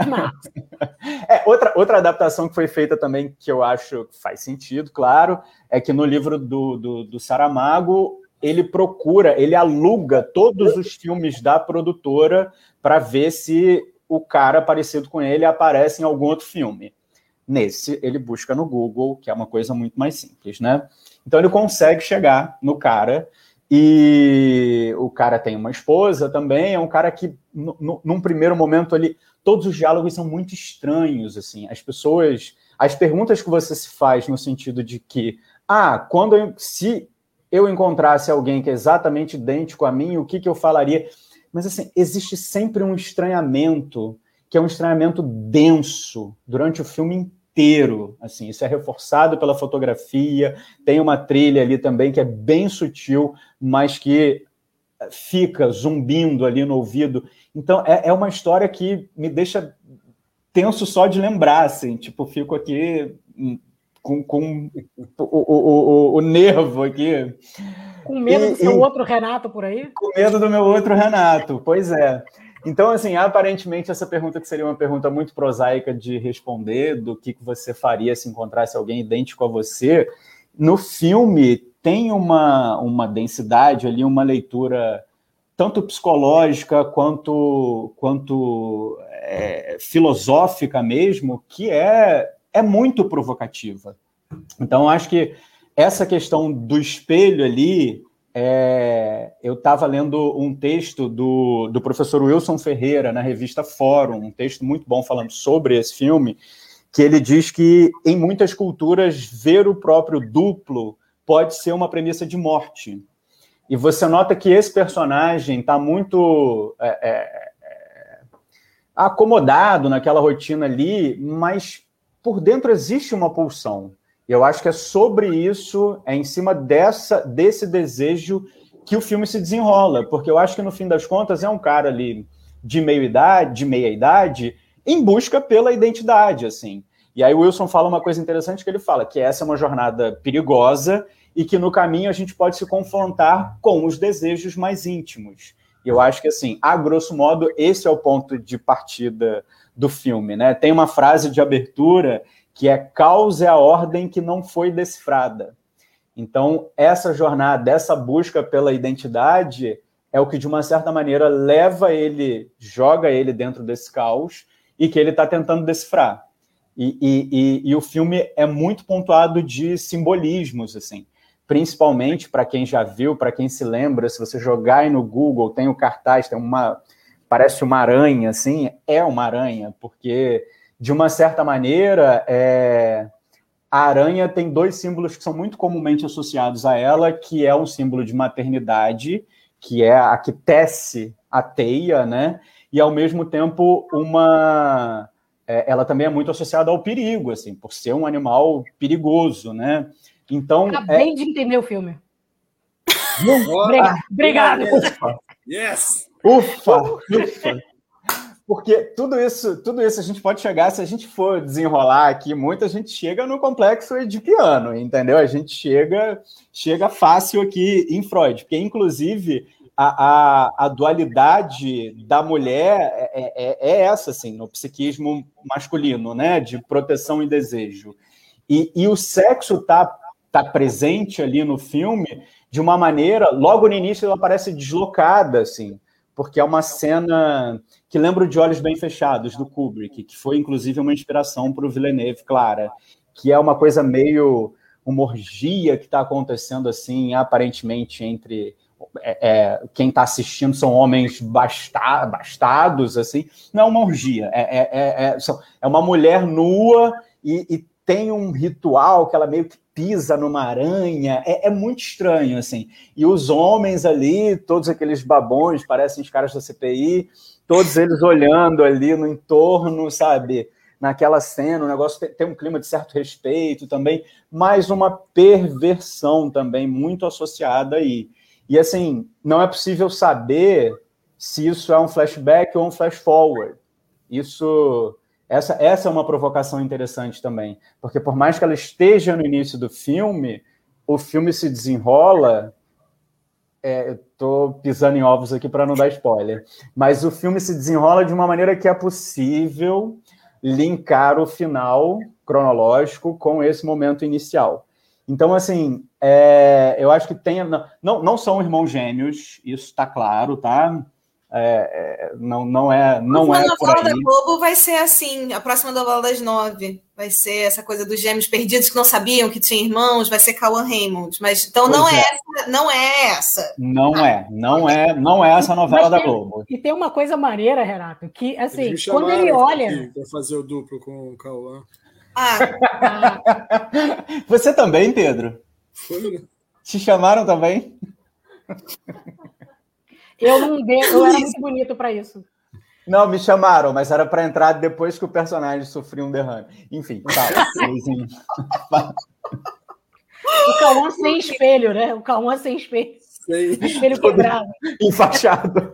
Outra adaptação que foi feita também, que eu acho que faz sentido, claro, é que no livro do Saramago, ele aluga todos os filmes da produtora para ver se o cara parecido com ele aparece em algum outro filme. Nesse, ele busca no Google, que é uma coisa muito mais simples, né? Então ele consegue chegar no cara, e o cara tem uma esposa também, é um cara que, num primeiro momento ali, todos os diálogos são muito estranhos, assim, as perguntas que você se faz no sentido de que, se eu encontrasse alguém que é exatamente idêntico a mim, o que eu falaria? Mas, assim, existe sempre um estranhamento, que é um estranhamento denso, durante o filme inteiro. Assim, isso é reforçado pela fotografia, tem uma trilha ali também que é bem sutil, mas que fica zumbindo ali no ouvido. Então, é uma história que me deixa tenso só de lembrar, assim, tipo, fico aqui com o nervo aqui. Com medo do seu outro Renato por aí? Com medo do meu outro Renato, pois é. Então, assim, aparentemente essa pergunta que seria uma pergunta muito prosaica de responder, do que você faria se encontrasse alguém idêntico a você, no filme tem uma densidade ali, uma leitura tanto psicológica quanto filosófica mesmo, que é muito provocativa. Então, acho que essa questão do espelho ali, eu estava lendo um texto do professor Wilson Ferreira, na revista Fórum, um texto muito bom falando sobre esse filme, que ele diz que, em muitas culturas, ver o próprio duplo pode ser uma premissa de morte. E você nota que esse personagem está muito acomodado naquela rotina ali, mas por dentro existe uma pulsão. E eu acho que é sobre isso, em cima desse desejo, que o filme se desenrola. Porque eu acho que, no fim das contas, é um cara ali de meia idade, em busca pela identidade, assim. E aí o Wilson fala uma coisa interessante que ele fala, que essa é uma jornada perigosa e que no caminho a gente pode se confrontar com os desejos mais íntimos. E eu acho que, assim, a grosso modo, esse é o ponto de partida do filme, né? Tem uma frase de abertura que é caos é a ordem que não foi decifrada. Então, essa jornada, essa busca pela identidade é o que, de uma certa maneira, joga ele dentro desse caos e que ele está tentando decifrar. E o filme é muito pontuado de simbolismos, assim. Principalmente para quem já viu, para quem se lembra, se você jogar aí no Google, tem o cartaz, parece uma aranha, assim, é uma aranha, porque, de uma certa maneira, a aranha tem dois símbolos que são muito comumente associados a ela, que é um símbolo de maternidade, que é a que tece a teia, né? E, ao mesmo tempo, ela também é muito associada ao perigo, assim, por ser um animal perigoso, né? Então, acabei de entender o filme. Obrigado. Ufa. Yes! Ufa! Porque tudo isso a gente pode chegar, se a gente for desenrolar aqui muito, a gente chega no complexo edipiano, entendeu? A gente chega fácil aqui em Freud, porque, inclusive, a dualidade da mulher é essa, assim, no psiquismo masculino, né? De proteção e desejo. E o sexo tá presente ali no filme de uma maneira, logo no início ela parece deslocada, assim, porque é uma cena que lembra o De Olhos Bem Fechados, do Kubrick, que foi, inclusive, uma inspiração para o Villeneuve, clara, que é uma coisa meio uma orgia que está acontecendo, assim, aparentemente, entre quem está assistindo são homens bastados, assim, não é uma orgia, é uma mulher nua e tem um ritual que ela meio que pisa numa aranha, é muito estranho, assim. E os homens ali, todos aqueles babões, parecem os caras da CPI, todos eles olhando ali no entorno, sabe? Naquela cena, o negócio tem um clima de certo respeito também, mas uma perversão também muito associada aí. E, assim, não é possível saber se isso é um flashback ou um flash forward. Essa é uma provocação interessante também, porque por mais que ela esteja no início do filme, o filme se desenrola... Estou pisando em ovos aqui para não dar spoiler, mas o filme se desenrola de uma maneira que é possível linkar o final cronológico com esse momento inicial. Então, assim, eu acho que não são irmãos gêmeos, isso está claro, tá? Não é por aí. A novela da Globo vai ser assim, a próxima novela das 9 vai ser essa coisa dos gêmeos perdidos que não sabiam que tinham irmãos, vai ser Cauã Raymond, mas então não é essa. Não é essa novela da Globo. E tem uma coisa maneira, Renato, que assim, quando ele olha para fazer o duplo com o Cauã. Você também, Pedro? Foi. Te chamaram também? Eu era muito bonito para isso. Não, me chamaram, mas era para entrar depois que o personagem sofria um derrame. Enfim, tá. O Cauã sem espelho, né? O Cauã sem espelho. Espelho quebrado. Enfaixado.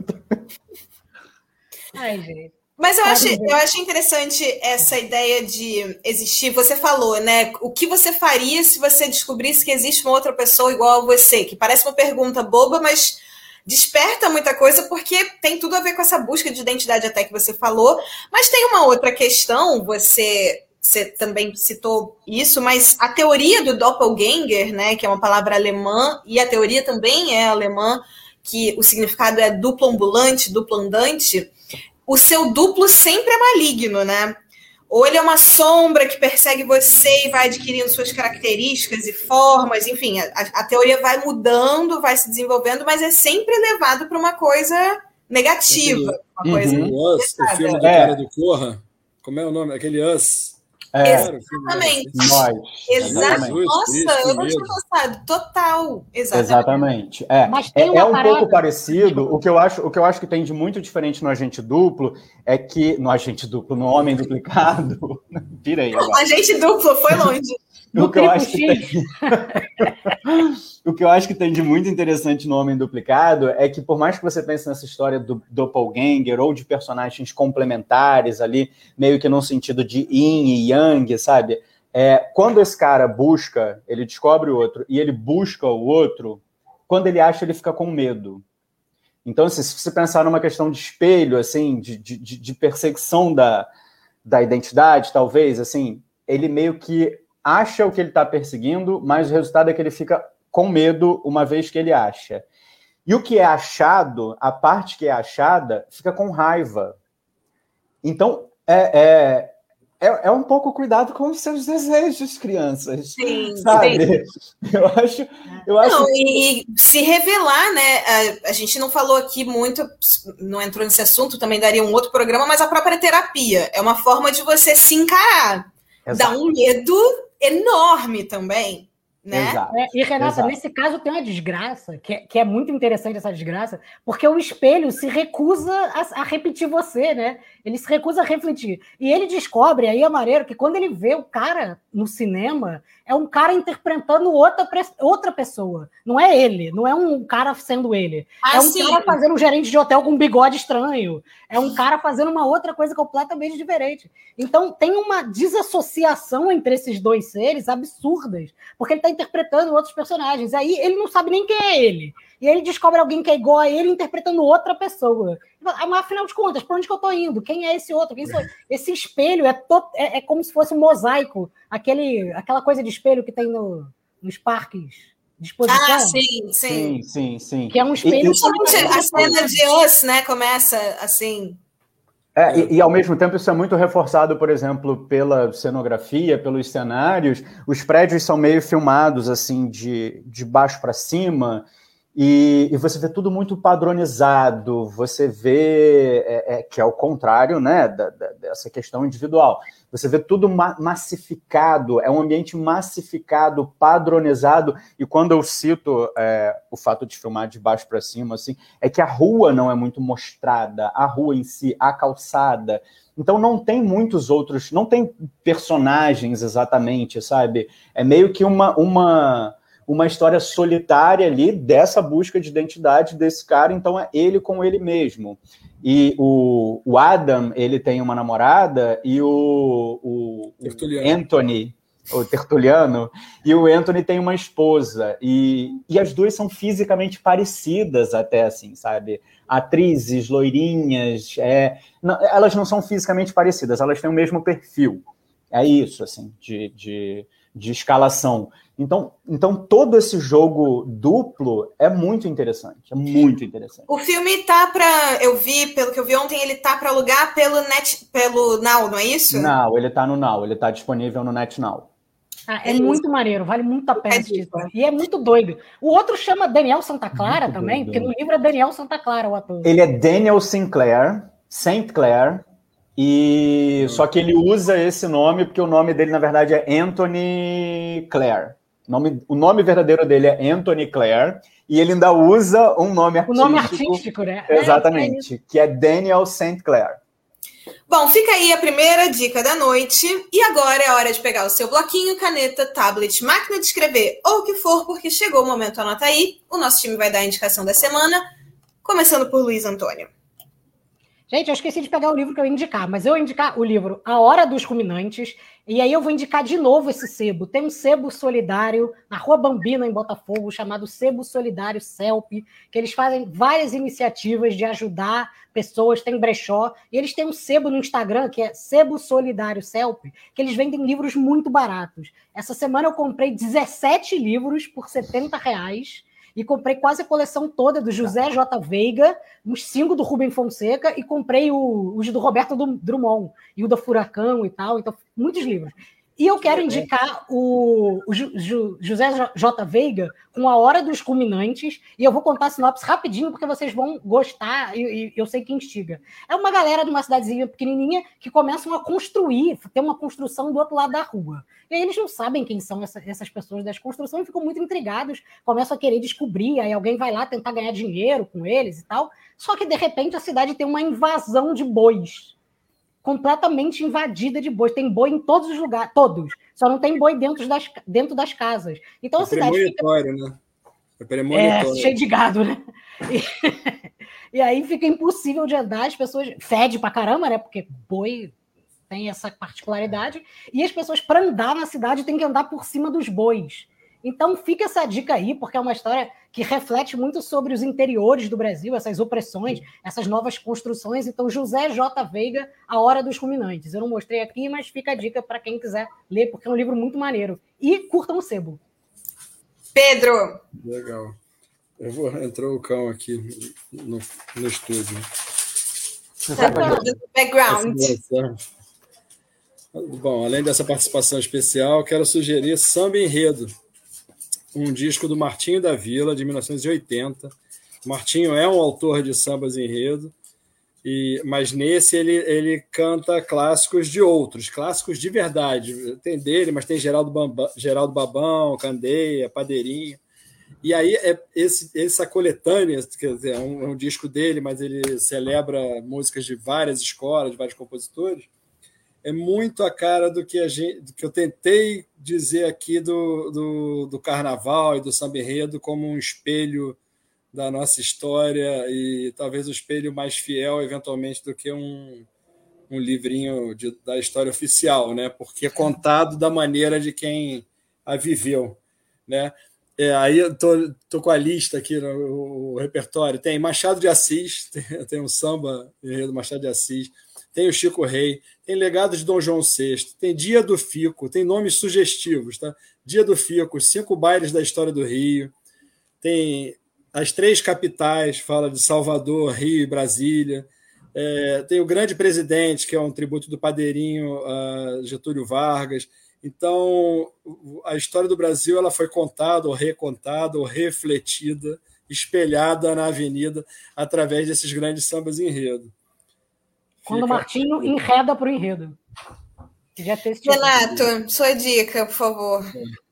Ai, gente. Mas eu achei interessante essa ideia de existir. Você falou, né? O que você faria se você descobrisse que existe uma outra pessoa igual a você? Que parece uma pergunta boba, mas desperta muita coisa, porque tem tudo a ver com essa busca de identidade até que você falou. Mas tem uma outra questão, você também citou isso, mas a teoria do doppelganger, né, que é uma palavra alemã, e a teoria também é alemã, que o significado é duplo ambulante, duplo andante, o seu duplo sempre é maligno, né? Ou ele é uma sombra que persegue você e vai adquirindo suas características e formas, enfim, a teoria vai mudando, vai se desenvolvendo, mas é sempre levado para uma coisa negativa. Uma coisa o Us, o filme do cara do Corra, como é o nome? Aquele Us. Exatamente. Exatamente. Nossa, eu não tinha gostado. Total. Exatamente. É um pouco parecido. O que eu acho que tem de muito diferente no Agente Duplo é que no Homem Duplicado. Virei agora. Agente Duplo, foi longe. O que eu acho que tem de muito interessante no Homem Duplicado é que, por mais que você pense nessa história do doppelganger ou de personagens complementares ali, meio que num sentido de yin e yang, sabe? Quando esse cara busca, ele descobre o outro, e ele busca o outro, quando ele acha, ele fica com medo. Então, assim, se você pensar numa questão de espelho, assim, de perseguição da identidade, talvez, assim, ele meio que acha o que ele está perseguindo, mas o resultado é que ele fica com medo uma vez que ele acha. E o que é achado, a parte que é achada, fica com raiva. Então, é um pouco cuidado com os seus desejos, crianças. Sim, sabe? sim. Eu acho não, e se revelar, né? A gente não falou aqui muito, não entrou nesse assunto, também daria um outro programa, mas a própria terapia é uma forma de você se encarar. Exato. Dá um medo enorme também, né? Exato. E, Renata, nesse caso tem uma desgraça, que é muito interessante essa desgraça, porque o espelho se recusa a repetir você, né? Ele se recusa a refletir. E ele descobre, aí é maneiro, que quando ele vê o cara no cinema, é um cara interpretando outra pessoa. Não é ele, não é um cara sendo ele. É um cara fazendo um gerente de hotel com um bigode estranho. É um cara fazendo uma outra coisa completamente diferente. Então tem uma desassociação entre esses dois seres absurdas, porque ele está interpretando outros personagens. Aí ele não sabe nem quem é ele. E aí ele descobre alguém que é igual a ele interpretando outra pessoa. Mas, afinal de contas, para onde que eu estou indo? Quem é esse outro? Esse espelho é como se fosse um mosaico. Aquela coisa de espelho que tem nos parques de exposição. Sim. Que é um espelho. A cena de Us, né? Começa assim. E ao mesmo tempo isso é muito reforçado, por exemplo, pela cenografia, pelos cenários. Os prédios são meio filmados assim de baixo para cima. E você vê tudo muito padronizado, você vê, que é o contrário, né, dessa questão individual. Você vê tudo massificado, é um ambiente massificado, padronizado, e quando eu cito o fato de filmar de baixo para cima, assim, é que a rua não é muito mostrada, a rua em si, a calçada. Então não tem muitos outros, não tem personagens exatamente, sabe? É meio que uma história solitária ali dessa busca de identidade desse cara, então é ele com ele mesmo. E o Adam, ele tem uma namorada, e o Anthony, o Tertuliano, e o Anthony tem uma esposa, e as duas são fisicamente parecidas até, assim, sabe? Atrizes, loirinhas, elas não são fisicamente parecidas, elas têm o mesmo perfil. É isso, assim, de escalação. Então, todo esse jogo duplo é muito interessante. É muito interessante. O filme tá pelo que eu vi ontem, ele tá para alugar pelo Now, não é isso? Não, ele tá no Now, ele tá disponível no NetNow. É muito maneiro, vale muito a pena assistir. E é muito doido. O outro chama Daniel Santa Clara muito também, doido. Porque no livro é Daniel Santa Clara o ator. Ele é Daniel Sinclair, St. Clair, e só que ele usa esse nome porque o nome dele, na verdade, é Anthony Clair. O nome verdadeiro dele é Anthony Clair, e ele ainda usa um nome artístico. O nome artístico, né? Exatamente, que é Daniel St. Clair. Bom, fica aí a primeira dica da noite. E agora é hora de pegar o seu bloquinho, caneta, tablet, máquina de escrever ou o que for, porque chegou o momento, anota aí. O nosso time vai dar a indicação da semana, começando por Luiz Antônio. Gente, eu esqueci de pegar o livro que eu ia indicar, mas eu ia indicar o livro A Hora dos Ruminantes, e aí eu vou indicar de novo esse sebo. Tem um sebo solidário na Rua Bambina, em Botafogo, chamado Sebo Solidário CELP, que eles fazem várias iniciativas de ajudar pessoas, tem brechó, e eles têm um sebo no Instagram, que é Sebo Solidário CELP, que eles vendem livros muito baratos. Essa semana eu comprei 17 livros por R$70, e comprei quase a coleção toda do José J. Veiga, uns 5 do Rubem Fonseca, e comprei os do Roberto Drummond, e o da Furacão e tal, então muitos livros. E eu quero indicar o José J. Veiga com A Hora dos Ruminantes, e eu vou contar a sinopse rapidinho, porque vocês vão gostar, e eu sei que instiga. É uma galera de uma cidadezinha pequenininha que começam a construir, ter uma construção do outro lado da rua. E aí eles não sabem quem são essas pessoas das construções e ficam muito intrigados, começam a querer descobrir, aí alguém vai lá tentar ganhar dinheiro com eles e tal. Só que, de repente, a cidade tem uma invasão de bois. Completamente invadida de bois. Tem boi em todos os lugares, todos. Só não tem boi dentro das casas. Então a cidade fica... né? É premonitório. Cheio de gado, né? E aí fica impossível de andar, as pessoas... Fede pra caramba, né? Porque boi tem essa particularidade. E as pessoas, para andar na cidade, têm que andar por cima dos bois. Então fica essa dica aí, porque é uma história que reflete muito sobre os interiores do Brasil, essas opressões, essas novas construções. Então, José J. Veiga, A Hora dos Ruminantes. Eu não mostrei aqui, mas fica a dica para quem quiser ler, porque é um livro muito maneiro. E curtam o sebo. Pedro! Legal. Entrou o cão aqui no estúdio. Background. Bom, além dessa participação especial, quero sugerir Samba Enredo, um disco do Martinho da Vila, de 1980. Martinho é um autor de sambas enredo, mas nesse ele canta clássicos de outros, clássicos de verdade. Tem dele, mas tem Geraldo Babão, Candeia, Padeirinho. E aí essa coletânea, quer dizer, é um disco dele, mas ele celebra músicas de várias escolas, de vários compositores. É muito a cara do que eu tentei dizer aqui do carnaval e do samba enredo como um espelho da nossa história e talvez o espelho mais fiel, eventualmente, do que um livrinho da história oficial, né? Porque é contado da maneira de quem a viveu, né? Aí eu tô com a lista aqui no repertório. Tem Machado de Assis, tem um samba enredo Machado de Assis, tem o Chico Rei, tem Legado de Dom João VI, tem Dia do Fico, tem nomes sugestivos, tá? Dia do Fico, 5 bailes da história do Rio, tem As Três Capitais, fala de Salvador, Rio e Brasília, tem o Grande Presidente, que é um tributo do Padeirinho a Getúlio Vargas. Então, a história do Brasil ela foi contada, ou recontada, ou refletida, espelhada na avenida através desses grandes sambas enredo. Quando o Martinho enreda para o enredo. Renato, sua dica, por favor.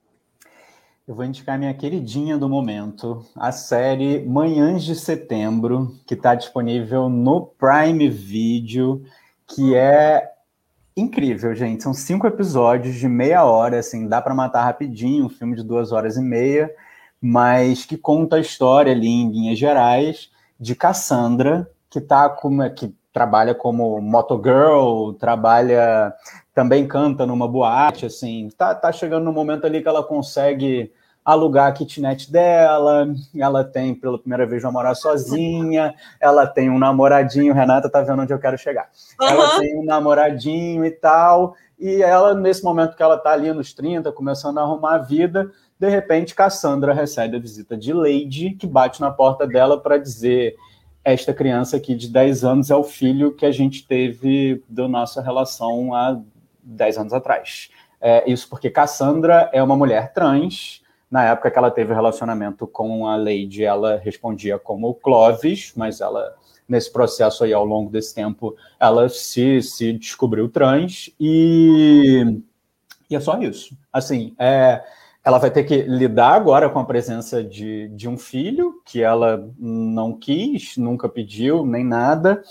Eu vou indicar minha queridinha do momento, a série Manhãs de Setembro, que está disponível no Prime Video, que é incrível, gente. São 5 episódios de meia hora, assim, dá para matar rapidinho, um filme de 2h30, mas que conta a história ali, em linhas gerais, de Cassandra, que trabalha como motogirl, também canta numa boate, assim, tá chegando no momento ali que ela consegue alugar a kitnet dela, ela tem, pela primeira vez, vai morar sozinha, ela tem um namoradinho, Renata tá vendo onde eu quero chegar. Uhum. Ela tem um namoradinho e tal, e ela, nesse momento que ela tá ali nos 30, começando a arrumar a vida, de repente, Cassandra recebe a visita de Lady, que bate na porta dela para dizer: esta criança aqui de 10 anos é o filho que a gente teve da nossa relação há 10 anos atrás. Isso porque Cassandra é uma mulher trans. Na época que ela teve relacionamento com a Lady, ela respondia como Clovis, mas ela, nesse processo aí, ao longo desse tempo, ela se descobriu trans, e é só isso. Assim, ela vai ter que lidar agora com a presença de um filho que ela não quis, nunca pediu, nem nada.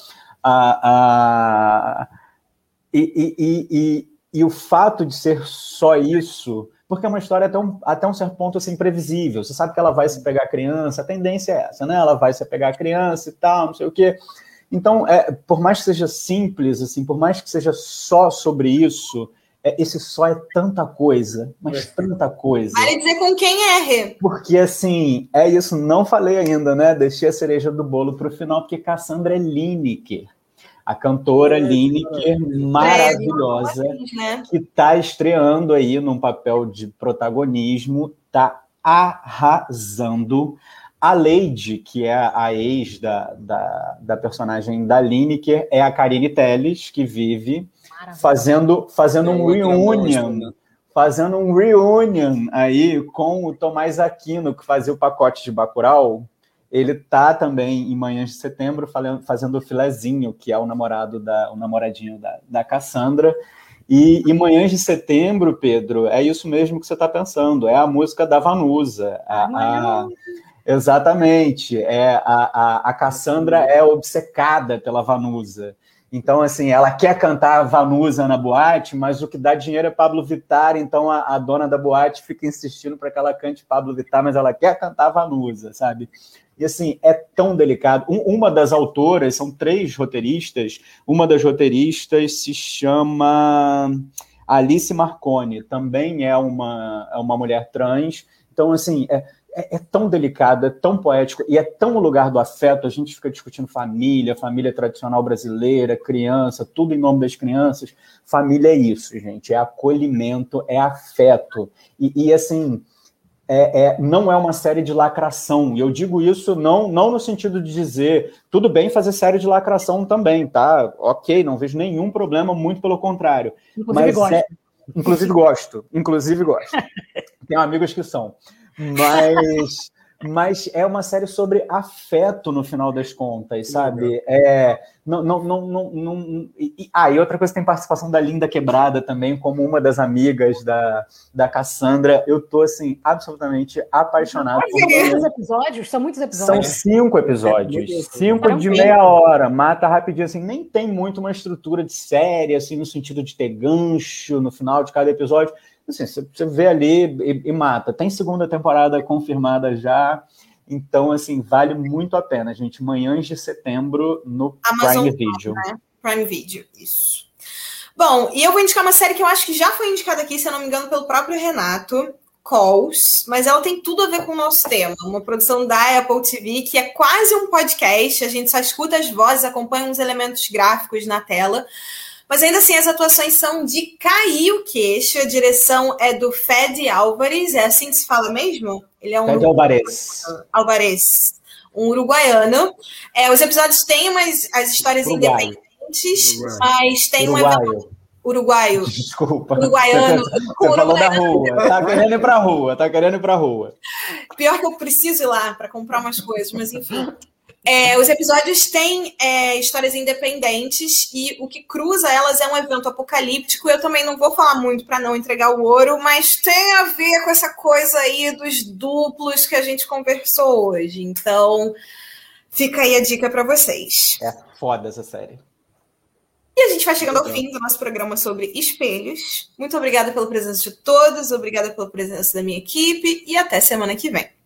E o fato de ser só isso, porque é uma história até um certo ponto assim, previsível. Você sabe que ela vai se pegar a criança, a tendência é essa, né? Ela vai se pegar a criança e tal, não sei o quê. Então, por mais que seja simples, assim, por mais que seja só sobre isso, esse só é tanta coisa, mas tanta coisa. Vale dizer com quem é, Rê. Porque, assim, é isso, não falei ainda, né? Deixei a cereja do bolo para o final, porque Cassandra Lineker, a cantora Lineker, maravilhosa, que está estreando aí num papel de protagonismo, está arrasando. A Lady, que é a ex da personagem da Lineker, é a Karine Telles, que vive fazendo um reunion, fazendo um reunion aí com o Tomás Aquino, que fazia o Pacote de Bacurau. Ele tá também em Manhãs de Setembro fazendo o Filezinho, que é o namoradinho da Cassandra. E Manhãs de Setembro, Pedro, é isso mesmo que você está pensando, é a música da Vanusa. Exatamente, a Cassandra é obcecada pela Vanusa. Então, assim, ela quer cantar Vanusa na boate, mas o que dá dinheiro é Pablo Vittar, então a dona da boate fica insistindo para que ela cante Pablo Vittar, mas ela quer cantar Vanusa, sabe? E, assim, é tão delicado. Uma das autoras, são 3 roteiristas, uma das roteiristas se chama Alice Marconi, também é uma mulher trans. Então, assim, é tão delicado, é tão poético, e é tão o lugar do afeto. A gente fica discutindo família tradicional brasileira, criança, tudo em nome das crianças. Família é isso, gente, é acolhimento, é afeto. E assim... não é uma série de lacração, e eu digo isso não no sentido de dizer tudo bem fazer série de lacração também, tá? Ok, não vejo nenhum problema, muito pelo contrário. Inclusive gosto. Tenho amigos que são. Mas é uma série sobre afeto no final das contas, sabe? E outra coisa, tem participação da Linda Quebrada também, como uma das amigas da Cassandra. Eu tô, assim, absolutamente apaixonado. São muitos episódios? São 5 episódios. 5 de meia hora. Mata rapidinho, assim. Nem tem muito uma estrutura de série, assim, no sentido de ter gancho no final de cada episódio. Assim, você vê ali e mata. Tem segunda temporada confirmada já. Então, assim, vale muito a pena, gente. Manhãs de Setembro no Amazon Prime Video. Né? Prime Video, isso. Bom, e eu vou indicar uma série que eu acho que já foi indicada aqui, se eu não me engano, pelo próprio Renato, Calls, mas ela tem tudo a ver com o nosso tema. Uma produção da Apple TV, que é quase um podcast. A gente só escuta as vozes, acompanha uns elementos gráficos na tela. Mas ainda assim, as atuações são de cair o queixo. A direção é do Fede Álvares. É assim que se fala mesmo? Ele é um Fede Álvares, um uruguaiano. Os episódios têm as histórias independentes, mas tem uruguaio. Desculpa. Uruguaiano. Você falou da rua. Tá querendo ir pra rua. Pior que eu preciso ir lá para comprar umas coisas, mas enfim. Os episódios têm histórias independentes e o que cruza elas é um evento apocalíptico. Eu também não vou falar muito para não entregar o ouro, mas tem a ver com essa coisa aí dos duplos que a gente conversou hoje. Então, fica aí a dica para vocês. É foda essa série. E a gente vai chegando ao fim do nosso programa sobre espelhos. Muito obrigada pela presença de todos, obrigada pela presença da minha equipe e até semana que vem.